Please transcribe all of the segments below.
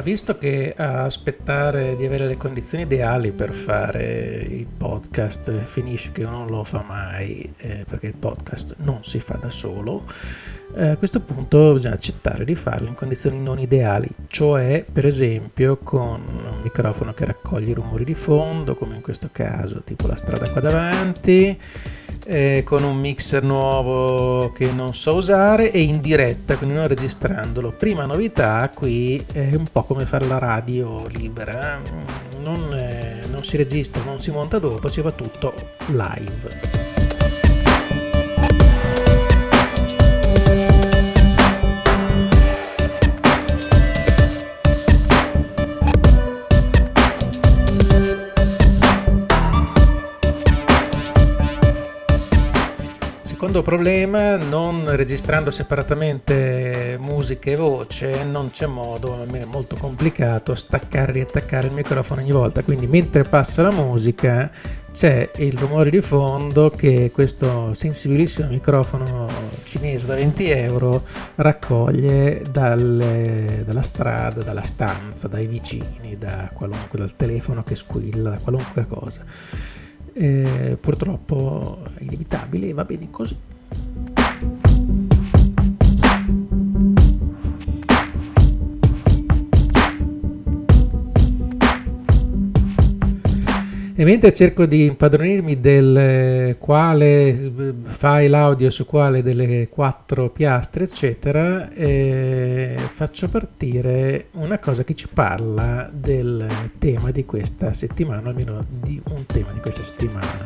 visto che a aspettare di avere le condizioni ideali per fare il podcast finisce che uno non lo fa mai, perché il podcast non si fa da solo, a questo punto bisogna accettare di farlo in condizioni non ideali, cioè per esempio con un microfono che raccoglie i rumori di fondo, come in questo caso, tipo la strada qua davanti, con un mixer nuovo che non so usare e in diretta, quindi non registrandolo. Prima novità qui è un po' come fare la radio libera, non si registra, non si monta dopo, si fa tutto live. Secondo problema, non registrando separatamente musica e voce non c'è modo, almeno è molto complicato, staccare e riattaccare il microfono ogni volta, quindi mentre passa la musica c'è il rumore di fondo che questo sensibilissimo microfono cinese da 20 euro raccoglie dalla strada, dalla stanza, dai vicini, dal telefono che squilla, da qualunque cosa. Purtroppo è inevitabile e va bene così. E mentre cerco di impadronirmi del quale file audio su quale delle 4 piastre eccetera, faccio partire una cosa che ci parla del tema di questa settimana, almeno di un tema di questa settimana.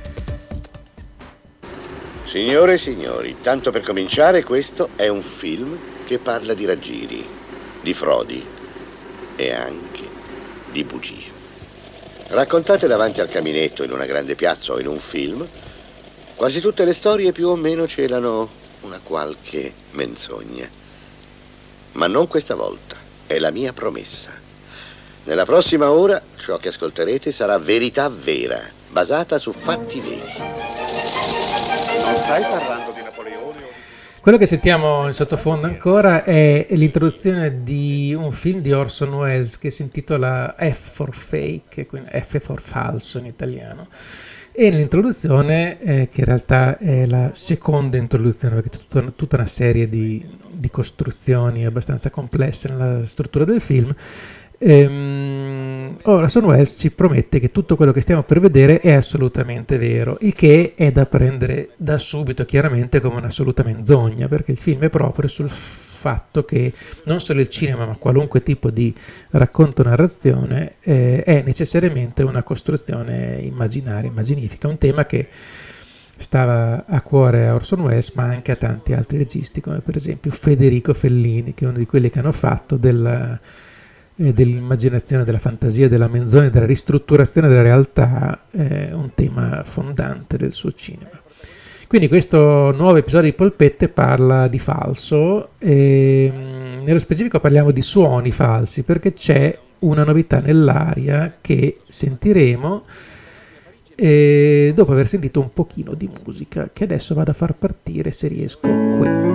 Signore e signori, tanto per cominciare, questo è un film che parla di raggiri, di frodi e anche di bugie. Raccontate davanti al caminetto in una grande piazza o in un film, quasi tutte le storie più o meno celano una qualche menzogna. Ma non questa volta, è la mia promessa. Nella prossima ora ciò che ascolterete sarà verità vera, basata su fatti veri. Non stai parlando di Napoleone? Quello che sentiamo in sottofondo ancora è l'introduzione di un film di Orson Welles che si intitola F for Fake, quindi F for falso in italiano. E nell'introduzione, che in realtà è la seconda introduzione, perché c'è tutta una serie di costruzioni abbastanza complesse nella struttura del film, Orson Welles ci promette che tutto quello che stiamo per vedere è assolutamente vero, il che è da prendere da subito chiaramente come un'assoluta menzogna, perché il film è proprio sul fatto che non solo il cinema ma qualunque tipo di racconto narrazione è necessariamente una costruzione immaginaria, immaginifica, un tema che stava a cuore a Orson Welles ma anche a tanti altri registi come per esempio Federico Fellini, che è uno di quelli che hanno fatto dell'immaginazione, della fantasia, della menzogna, della ristrutturazione della realtà un tema fondante del suo cinema. Quindi questo nuovo episodio di Polpette parla di falso e nello specifico parliamo di suoni falsi, perché c'è una novità nell'aria che sentiremo dopo aver sentito un pochino di musica che adesso vado a far partire, se riesco, qui.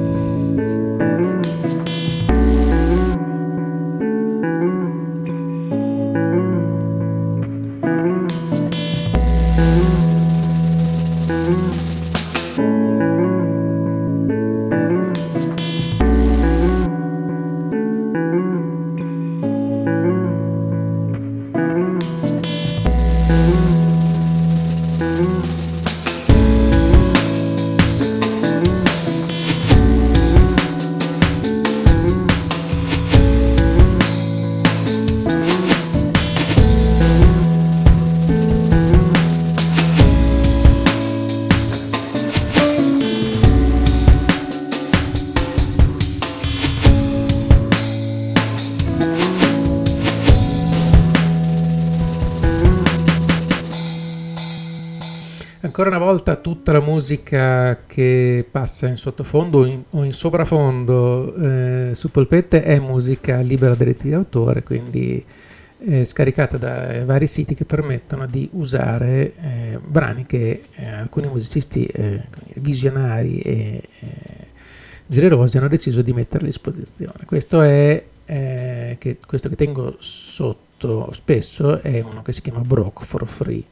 Ancora una volta tutta la musica che passa in sottofondo o in soprafondo su Polpette è musica libera da diritti di autore, quindi scaricata da vari siti che permettono di usare brani che alcuni musicisti visionari e generosi hanno deciso di mettere a disposizione. Questo è che questo che tengo sotto spesso è uno che si chiama Broke for Free.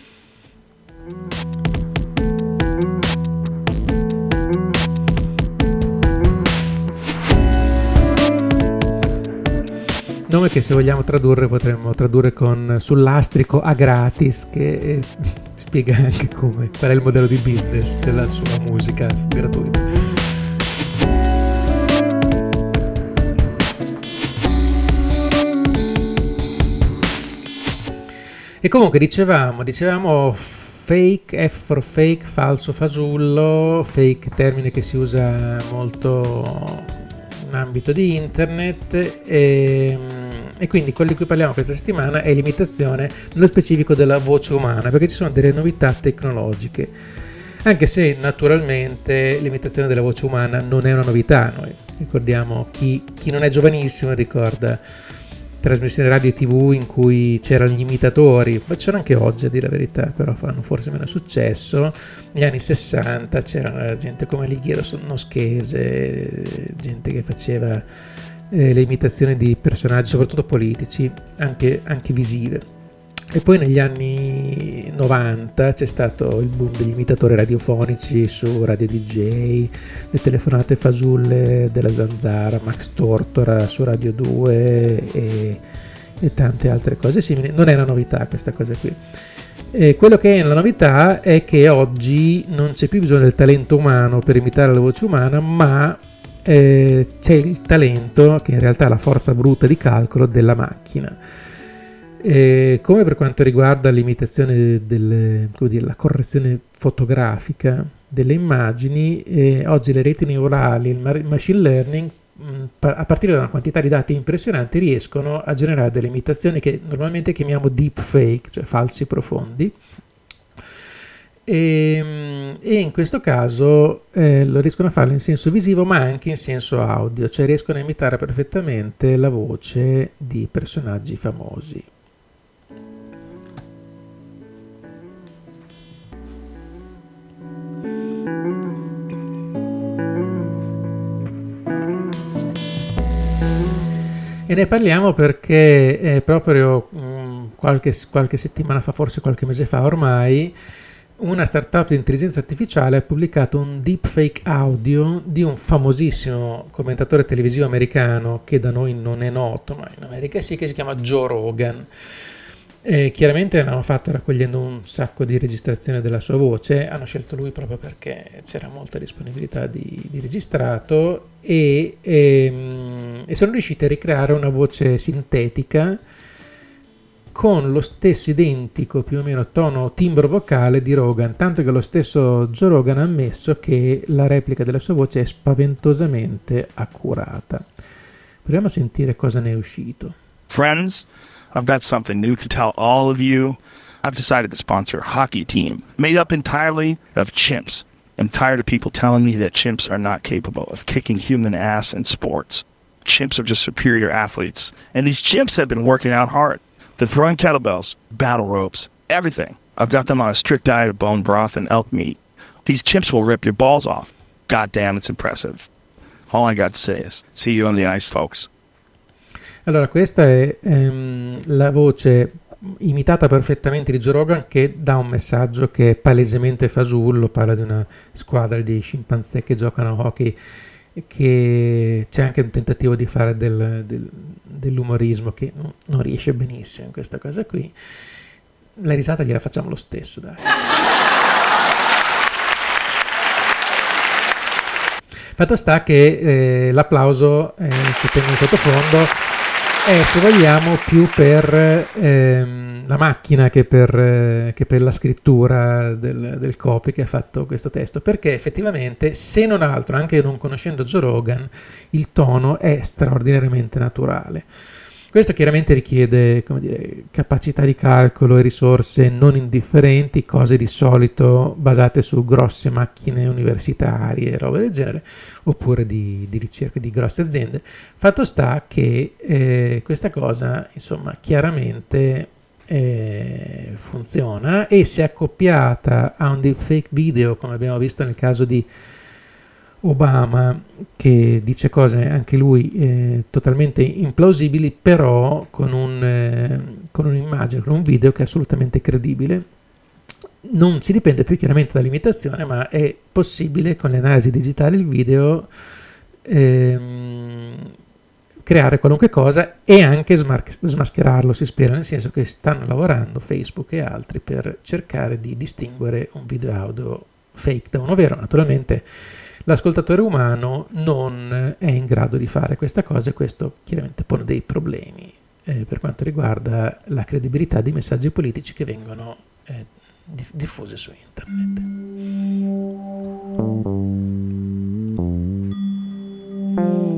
Nome che, se vogliamo tradurre, potremmo tradurre con sull'astrico a gratis, che spiega anche qual è il modello di business della sua musica gratuita. E comunque dicevamo fake, F for fake, falso, fasullo, fake termine che si usa molto in ambito di internet, e quindi quello di cui parliamo questa settimana è l'imitazione nello specifico della voce umana, perché ci sono delle novità tecnologiche, anche se naturalmente l'imitazione della voce umana non è una novità. Noi ricordiamo, chi non è giovanissimo ricorda trasmissioni radio e TV in cui c'erano gli imitatori, ma c'erano anche oggi, a dire la verità, però fanno forse meno successo. Negli anni 60 c'era gente come Alighiero Noschese, gente che faceva le imitazioni di personaggi, soprattutto politici, anche visive. E poi negli anni 90 c'è stato il boom degli imitatori radiofonici su Radio DJ, le telefonate fasulle della Zanzara, Max Tortora su Radio 2 e tante altre cose simili. Non è una novità questa cosa qui. Quello che è la novità è che oggi non c'è più bisogno del talento umano per imitare la voce umana, ma c'è il talento, che in realtà è la forza bruta di calcolo della macchina. Come per quanto riguarda l'imitazione la correzione fotografica delle immagini, oggi le reti neurali, il machine learning, a partire da una quantità di dati impressionanti, riescono a generare delle imitazioni che normalmente chiamiamo deepfake, cioè falsi profondi. E in questo caso lo riescono a farlo in senso visivo, ma anche in senso audio, cioè riescono a imitare perfettamente la voce di personaggi famosi. E ne parliamo perché proprio qualche settimana fa, forse qualche mese fa ormai, una startup di intelligenza artificiale ha pubblicato un deepfake audio di un famosissimo commentatore televisivo americano che da noi non è noto, ma in America sì, che si chiama Joe Rogan. Chiaramente l'hanno fatto raccogliendo un sacco di registrazioni della sua voce, hanno scelto lui proprio perché c'era molta disponibilità di registrato, e sono riusciti a ricreare una voce sintetica con lo stesso identico più o meno tono, timbro vocale di Rogan, tanto che lo stesso Joe Rogan ha ammesso che la replica della sua voce è spaventosamente accurata. Proviamo a sentire cosa ne è uscito. Friends, I've got something new to tell all of you. I've decided to sponsor a hockey team made up entirely of chimps. I'm tired of people telling me that chimps are not capable of kicking human ass in sports. Chimps are just superior athletes, and these chimps have been working out hard. They're throwing kettlebells, battle ropes, everything. I've got them on a strict diet of bone broth and elk meat. These chimps will rip your balls off. God damn, it's impressive. All I got to say is, see you on the ice, folks. Allora, questa è la voce imitata perfettamente di Joe Rogan, che dà un messaggio che è palesemente fasullo. Parla di una squadra di scimpanzé che giocano a hockey, che c'è anche un tentativo di fare dell'umorismo che non riesce benissimo in questa cosa qui. La risata gliela facciamo lo stesso, dai. Fatto sta che l'applauso che tengo in sottofondo è, se vogliamo, più per la macchina che per la scrittura del copy che ha fatto questo testo, perché effettivamente, se non altro, anche non conoscendo Joe Rogan, il tono è straordinariamente naturale. Questo chiaramente richiede, come dire, capacità di calcolo e risorse non indifferenti, cose di solito basate su grosse macchine universitarie, robe del genere, oppure di ricerca di grosse aziende. Fatto sta che questa cosa, insomma, chiaramente funziona, e se accoppiata a un deepfake video, come abbiamo visto nel caso di Obama, che dice cose anche lui totalmente implausibili, però con un'immagine, con un video che è assolutamente credibile. Non si dipende più chiaramente dall'imitazione, ma è possibile con le analisi digitali il video creare qualunque cosa e anche smascherarlo, si spera, nel senso che stanno lavorando Facebook e altri per cercare di distinguere un video audio fake da uno vero. Naturalmente l'ascoltatore umano non è in grado di fare questa cosa e questo chiaramente pone dei problemi per quanto riguarda la credibilità dei messaggi politici che vengono diffusi su internet.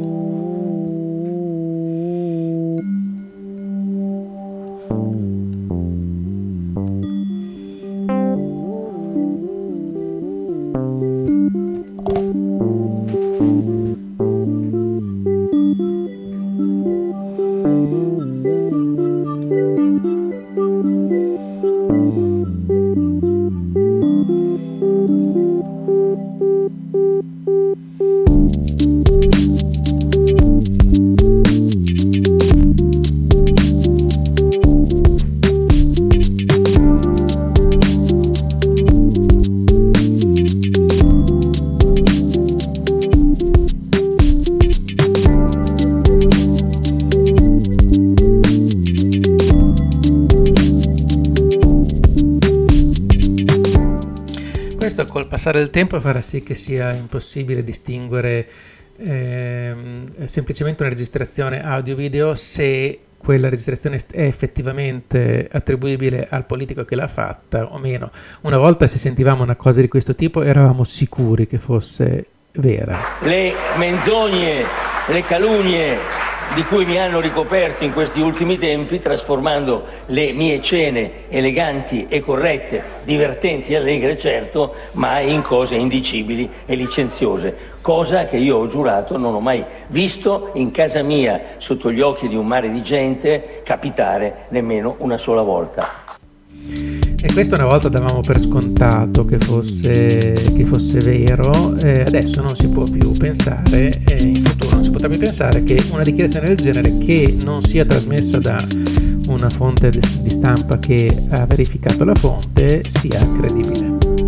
Questo col passare del tempo farà sì che sia impossibile distinguere semplicemente una registrazione audio-video se quella registrazione è effettivamente attribuibile al politico che l'ha fatta o meno. Una volta se sentivamo una cosa di questo tipo eravamo sicuri che fosse vera. Le menzogne, le calunnie di cui mi hanno ricoperto in questi ultimi tempi, trasformando le mie cene eleganti e corrette, divertenti e allegre, certo, ma in cose indicibili e licenziose, cosa che io ho giurato non ho mai visto in casa mia, sotto gli occhi di un mare di gente, capitare nemmeno una sola volta. E questo una volta davamo per scontato che fosse vero, adesso non si può più pensare, in futuro non si potrà più pensare che una dichiarazione del genere, che non sia trasmessa da una fonte di stampa che ha verificato la fonte, sia credibile.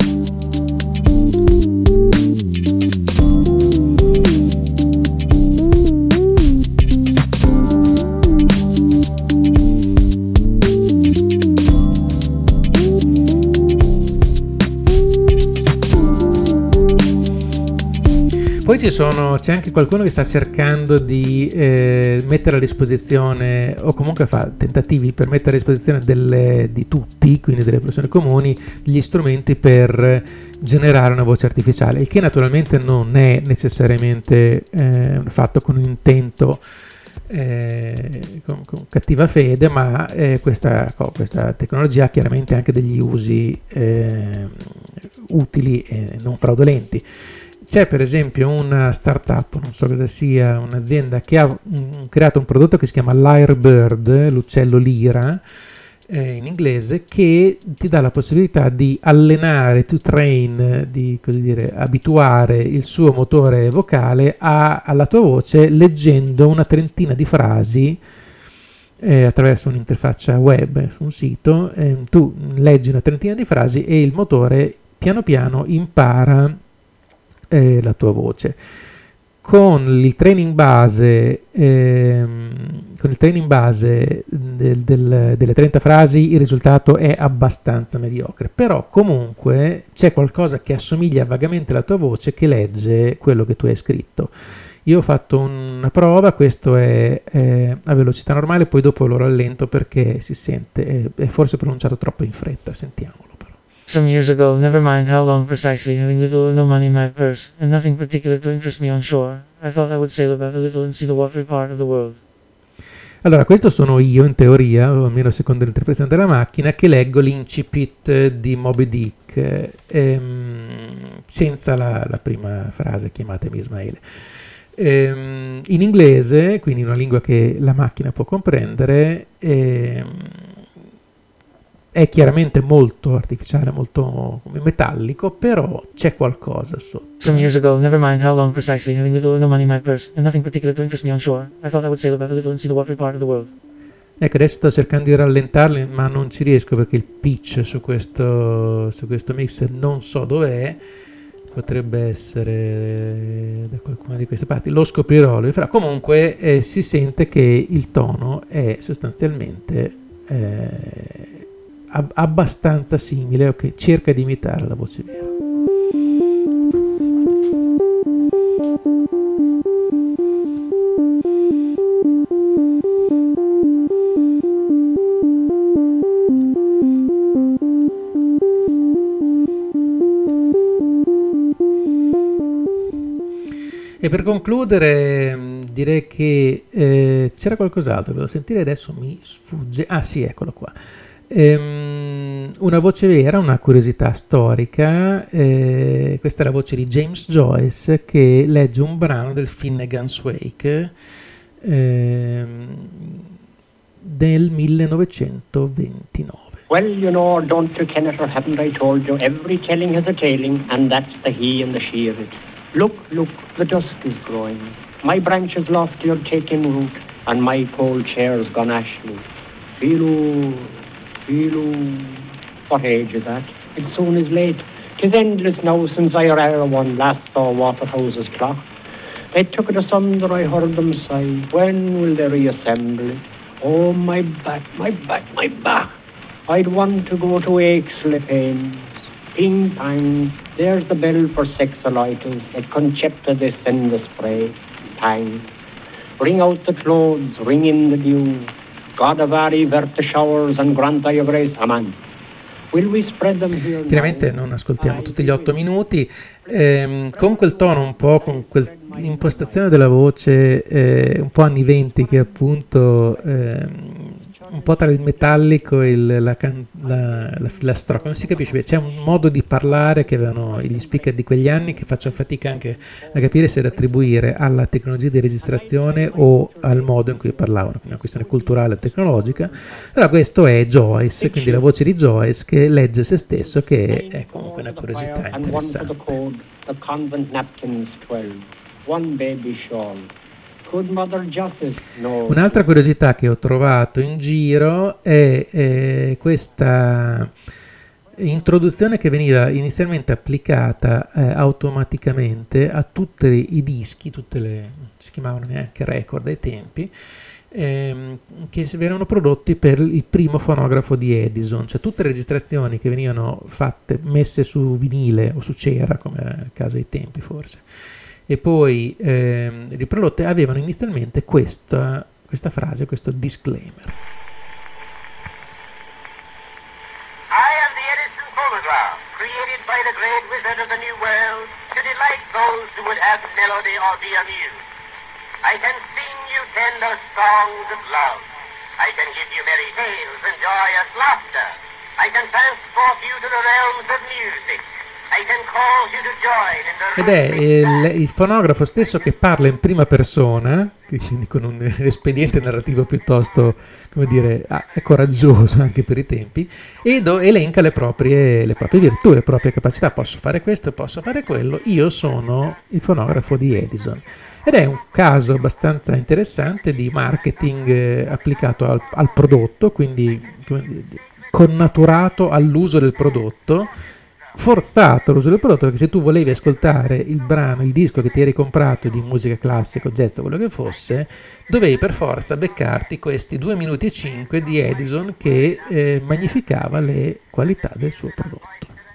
Poi c'è anche qualcuno che sta cercando di mettere a disposizione, o comunque fa tentativi per mettere a disposizione di tutti, quindi delle persone comuni, gli strumenti per generare una voce artificiale, il che naturalmente non è necessariamente fatto con un intento con cattiva fede, ma questa tecnologia ha chiaramente anche degli usi utili e non fraudolenti. C'è per esempio una startup, non so cosa sia, un'azienda che ha creato un prodotto che si chiama Lyrebird, l'uccello lira in inglese, che ti dà la possibilità di allenare, to train, di abituare il suo motore vocale alla tua voce leggendo una trentina di frasi attraverso un'interfaccia web su un sito. Tu leggi una trentina di frasi e il motore piano piano impara la tua voce. Con il training base delle 30 frasi il risultato è abbastanza mediocre, però comunque c'è qualcosa che assomiglia vagamente alla tua voce che legge quello che tu hai scritto. Io ho fatto una prova, questo è a velocità normale, poi dopo lo rallento perché si sente, è forse pronunciato troppo in fretta, sentiamolo. Some years ago, never mind how long precisely, having little or no money in my purse, and nothing particular to interest me on shore, I thought I would sail about a little and see the watery part of the world. Allora, questo sono io in teoria, o almeno secondo l'interpretazione della macchina, che leggo l'incipit di Moby Dick, senza la prima frase, chiamatemi Ismaele. In inglese, quindi una lingua che la macchina può comprendere, è chiaramente molto artificiale, molto metallico, però c'è qualcosa sotto. Some years ago, never mind how long precisely, having little or no money in my purse, and nothing particular to interest me on shore, I thought I would sail about a little and see the watery part of the world. Ecco, adesso sto cercando di rallentarli, ma non ci riesco perché il pitch su questo mixer non so dov'è. Potrebbe essere da qualcuna di queste parti, lo scoprirò. Comunque si sente che il tono è sostanzialmente abbastanza simile, o che cerca di imitare la voce vera. E per concludere direi che c'era qualcos'altro che devo sentire, adesso mi sfugge. Ah sì, eccolo qua. Una voce vera, una curiosità storica. Questa è la voce di James Joyce che legge un brano del Finnegan's Wake del 1929. Well, you know, don't you, Kenneth, or haven't I told you, every telling has a tailing, and that's the he and the she of it. Look, look, the dusk is growing. My branches lofty are taking root, and my cold chair's gone ashly. Feel-oo, what age is that? It soon is late. 'Tis endless now since I or one last saw Waterhouse's clock. They took it asunder, I heard them sigh. When will they reassemble it? Oh, my back, my back, my back. I'd want to go to Aixley Pains. Ping pang, there's the bell for sexolitis. At Concepta they send the spray. Pang. Bring out the clothes, ring in the dew. God avari vert the showers and grant I grace. Amen. Will we spread them here? Chiaramente non ascoltiamo tutti gli 8 minuti, con quel tono un po', con quell'impostazione della voce un po' anni 20 che appunto un po' tra il metallico e la filastrocca, non si capisce, c'è un modo di parlare che avevano gli speaker di quegli anni che faccio fatica anche a capire se da attribuire alla tecnologia di registrazione o al modo in cui parlavano, quindi una questione culturale o tecnologica. Però questo è Joyce, quindi la voce di Joyce che legge se stesso, che è comunque una curiosità interessante. Un'altra curiosità che ho trovato in giro è questa introduzione che veniva inizialmente applicata automaticamente a tutti i dischi, non si chiamavano neanche record ai tempi, che venivano prodotti per il primo fonografo di Edison, cioè tutte le registrazioni che venivano fatte, messe su vinile o su cera, come era il caso ai tempi forse, e poi riprodotte, avevano inizialmente questa frase, questo disclaimer. I am the Edison phonograph, created by the great wizard of the New World to delight those who would have melody or be amused. I can sing you tender songs of love. I can give you merry tales and joyous laughter. I can transport you to the realms of music. Ed è il fonografo stesso che parla in prima persona, quindi con un espediente narrativo piuttosto, come dire, coraggioso anche per i tempi, ed elenca le proprie virtù, le proprie capacità. Posso fare questo, posso fare quello, io sono il fonografo di Edison. Ed è un caso abbastanza interessante di marketing applicato al prodotto, quindi connaturato all'uso del prodotto, forzato l'uso del prodotto, perché se tu volevi ascoltare il brano, il disco che ti eri comprato di musica classica, jazz o quello che fosse, dovevi per forza beccarti questi 2 minuti e 5 di Edison che magnificava le qualità del suo prodotto.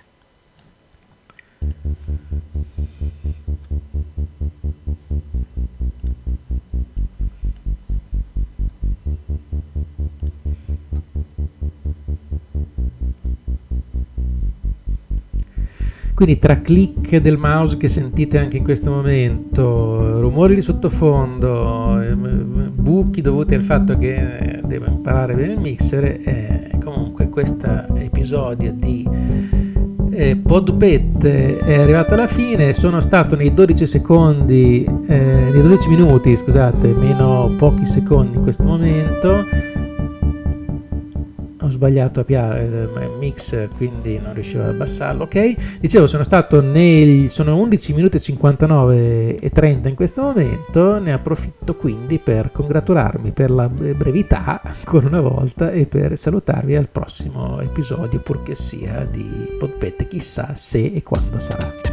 Quindi tra click del mouse che sentite anche in questo momento, rumori di sottofondo, buchi dovuti al fatto che devo imparare bene il mixer, comunque questo episodio di Podpet è arrivato alla fine. Sono stato nei 12 minuti, scusate, meno pochi secondi in questo momento. ho sbagliato mix, quindi non riuscivo ad abbassarlo. Ok, dicevo, sono 11 minuti e 59 e 30 in questo momento. Ne approfitto quindi per congratularmi per la brevità ancora una volta e per salutarvi al prossimo episodio, purché sia di Podpet, chissà se e quando sarà.